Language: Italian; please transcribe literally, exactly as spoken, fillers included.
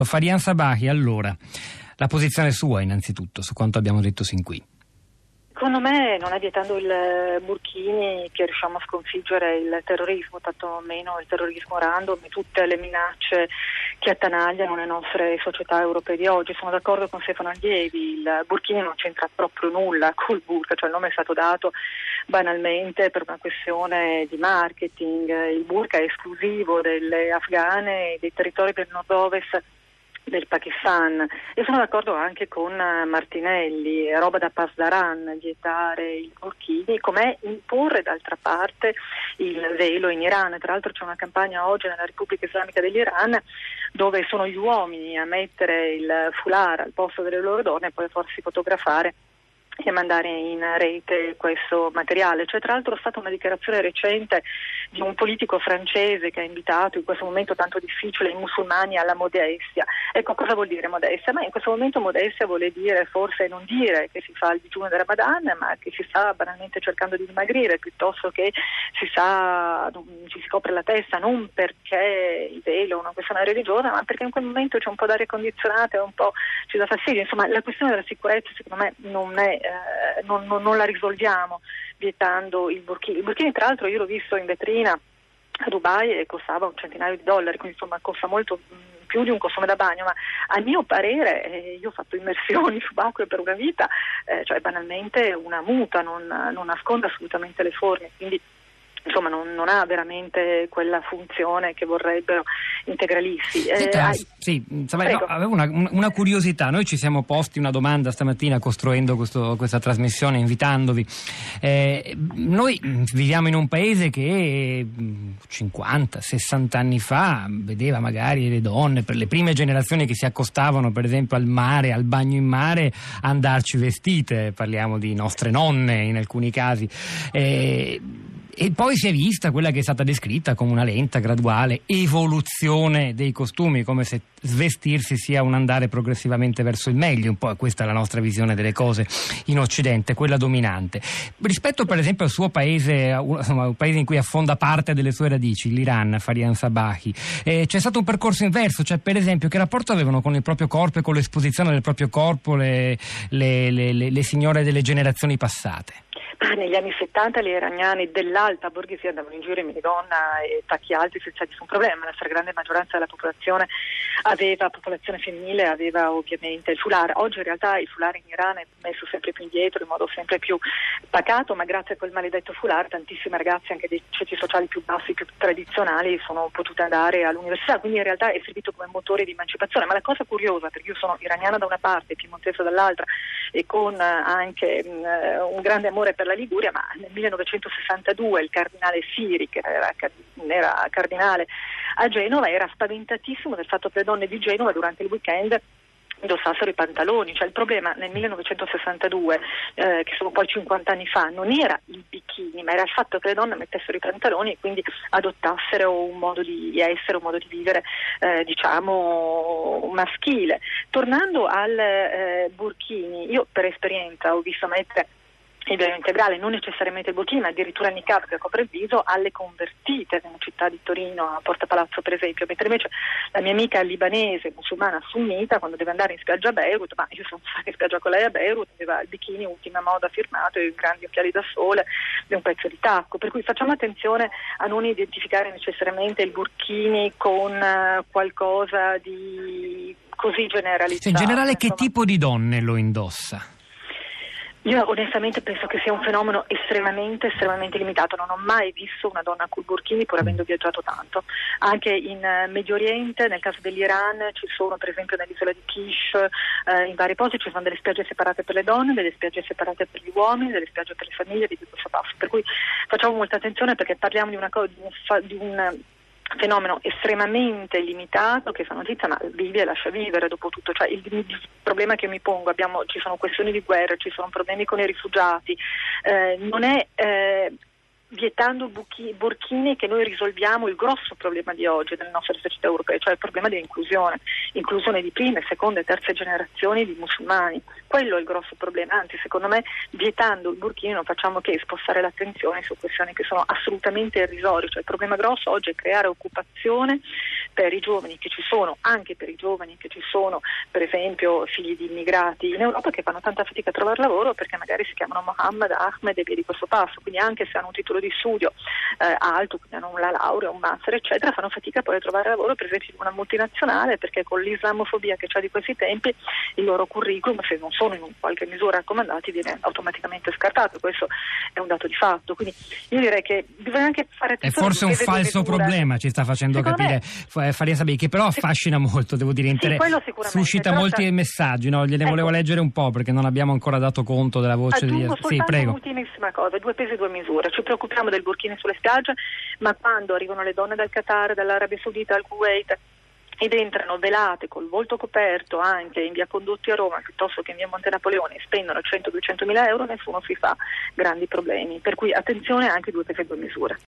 Farian Sabahi, allora, la posizione sua innanzitutto su quanto abbiamo detto sin qui. Secondo me non è vietando il Burkini che riusciamo a sconfiggere il terrorismo, tanto meno il terrorismo random e tutte le minacce che attanagliano le nostre società europee di oggi. Sono d'accordo con Stefano Allievi, il Burkini non c'entra proprio nulla col burka, cioè il nome è stato dato banalmente per una questione di marketing. Il burka è esclusivo delle afghane e dei territori del nord-ovest del Pakistan, e sono d'accordo anche con Martinelli, è roba da pasdaran vietare il burkini, com'è imporre d'altra parte il velo in Iran. Tra l'altro c'è una campagna oggi nella Repubblica Islamica dell'Iran dove sono gli uomini a mettere il foulard al posto delle loro donne e poi a farsi fotografare e mandare in rete questo materiale. C'è tra l'altro stata una dichiarazione recente di un politico francese che ha invitato in questo momento tanto difficile i musulmani alla modestia. Ecco, cosa vuol dire modestia? Ma in questo momento modestia vuole dire forse non dire che si fa il digiuno del Ramadan, ma che si sta banalmente cercando di dimagrire, piuttosto che si sa, ci si copre la testa non perché il velo è una questione religiosa, ma perché in quel momento c'è un po' d'aria condizionata, un po' ci dà fastidio. Insomma, la questione della sicurezza secondo me non è Eh, non, non, non la risolviamo vietando il burkini. Il burkini tra l'altro io l'ho visto in vetrina a Dubai e costava un centinaio di dollari, quindi insomma costa molto mh, più di un costume da bagno, ma a mio parere, eh, io ho fatto immersioni subacquee per una vita, eh, cioè banalmente una muta, non, non nasconde assolutamente le forme, quindi insomma non, non ha veramente quella funzione che vorrebbero integralisti. Eh, Senta, hai... sì, insomma, no, avevo una, una curiosità. Noi ci siamo posti una domanda stamattina costruendo questo, questa trasmissione, invitandovi. Eh, noi viviamo in un paese che cinquanta sessanta anni fa vedeva magari le donne, per le prime generazioni che si accostavano per esempio al mare, al bagno in mare, andarci vestite. Parliamo di nostre nonne in alcuni casi. Eh, E poi si è vista quella che è stata descritta come una lenta, graduale evoluzione dei costumi, come se svestirsi sia un andare progressivamente verso il meglio. Un po' questa è la nostra visione delle cose in Occidente, quella dominante. Rispetto per esempio al suo paese, insomma, un paese in cui affonda parte delle sue radici, l'Iran, Farian Sabahi, eh, c'è stato un percorso inverso, cioè per esempio che rapporto avevano con il proprio corpo e con l'esposizione del proprio corpo le, le, le, le, le signore delle generazioni passate? Negli anni settanta le iraniane dell'alta borghesia andavano in giro in minidonna e tacchi alti senza nessun problema. La stragrande maggioranza della popolazione aveva, popolazione femminile aveva ovviamente il foulard. Oggi in realtà il foulard in Iran è messo sempre più indietro in modo sempre più pacato, ma grazie a quel maledetto foulard tantissime ragazze anche dei ceti sociali più bassi, più tradizionali sono potute andare all'università, quindi in realtà è servito come motore di emancipazione. Ma la cosa curiosa, perché io sono iraniana da una parte e piemontese dall'altra e con anche mh, un grande amore per la Liguria, ma nel millenovecentosessantadue il cardinale Siri, che era, era cardinale a Genova, era spaventatissimo del fatto che le donne di Genova durante il weekend indossassero i pantaloni. Cioè il problema nel millenovecentosessantadue, eh, che sono poi cinquanta anni fa, non era il bikini, ma era il fatto che le donne mettessero i pantaloni e quindi adottassero un modo di essere, un modo di vivere eh, diciamo maschile. Tornando al eh, burkini, io per esperienza ho visto mettere il velo integrale, non necessariamente il burkini, ma addirittura il niqab che copre il viso, alle convertite nella città di Torino, a Porta Palazzo per esempio, mentre invece la mia amica libanese, musulmana sunnita, quando deve andare in spiaggia a Beirut, ma io sono stata in spiaggia con lei a Beirut, aveva il bikini ultima moda firmato e grandi occhiali da sole e un pezzo di tacco, per cui facciamo attenzione a non identificare necessariamente il burkini con uh, qualcosa di così generalizzato. Sì, in generale insomma. Che tipo di donne lo indossa? Io onestamente penso che sia un fenomeno estremamente, estremamente limitato. Non ho mai visto una donna col burkini, pur avendo viaggiato tanto. Anche in uh, Medio Oriente, nel caso dell'Iran, ci sono per esempio nell'isola di Kish, uh, in vari posti ci sono delle spiagge separate per le donne, delle spiagge separate per gli uomini, delle spiagge per le famiglie di questo passo. Per cui facciamo molta attenzione, perché parliamo di una cosa, di un, fa- di un fenomeno estremamente limitato che fa notizia, ma vive e lascia vivere dopo tutto. Cioè il, il problema che mi pongo, abbiamo, ci sono questioni di guerra, ci sono problemi con i rifugiati, eh, non è eh, vietando buchi, burkini che noi risolviamo il grosso problema di oggi delle nostre società europee, cioè il problema dell'inclusione, inclusione di prime, seconde e terze generazioni di musulmani. quello è il grosso problema, anzi secondo me vietando il burkini non facciamo che spostare l'attenzione su questioni che sono assolutamente irrisorie, cioè il problema grosso oggi è creare occupazione per i giovani che ci sono, anche per i giovani che ci sono, per esempio figli di immigrati in Europa che fanno tanta fatica a trovare lavoro perché magari si chiamano Mohammed, Ahmed e via di questo passo, quindi anche se hanno un titolo di studio eh, alto, quindi hanno una laurea, un master eccetera, fanno fatica poi a trovare lavoro per esempio in una multinazionale perché con l'islamofobia che c'è di questi tempi il loro curriculum, se non sono in qualche misura raccomandati, viene automaticamente scartato, questo è un dato di fatto, quindi io direi che bisogna anche fare è forse un falso problema, ci sta facendo secondo capire me, Faria Sabbi, che però affascina molto, devo dire, inter- sì, suscita molti c'è... messaggi, no? Gliene ecco. volevo leggere un po' perché non abbiamo ancora dato conto della voce di... Sì, prego. Ultimissima cosa, due pesi e due misure, ci preoccupiamo del burkini sulle spiagge, ma quando arrivano le donne dal Qatar, dall'Arabia Saudita, dal Kuwait ed entrano velate col volto coperto anche in via Condotti a Roma piuttosto che in via Monte Napoleone e spendono cento duecento mila euro, nessuno si fa grandi problemi, per cui attenzione anche due pesi e due misure.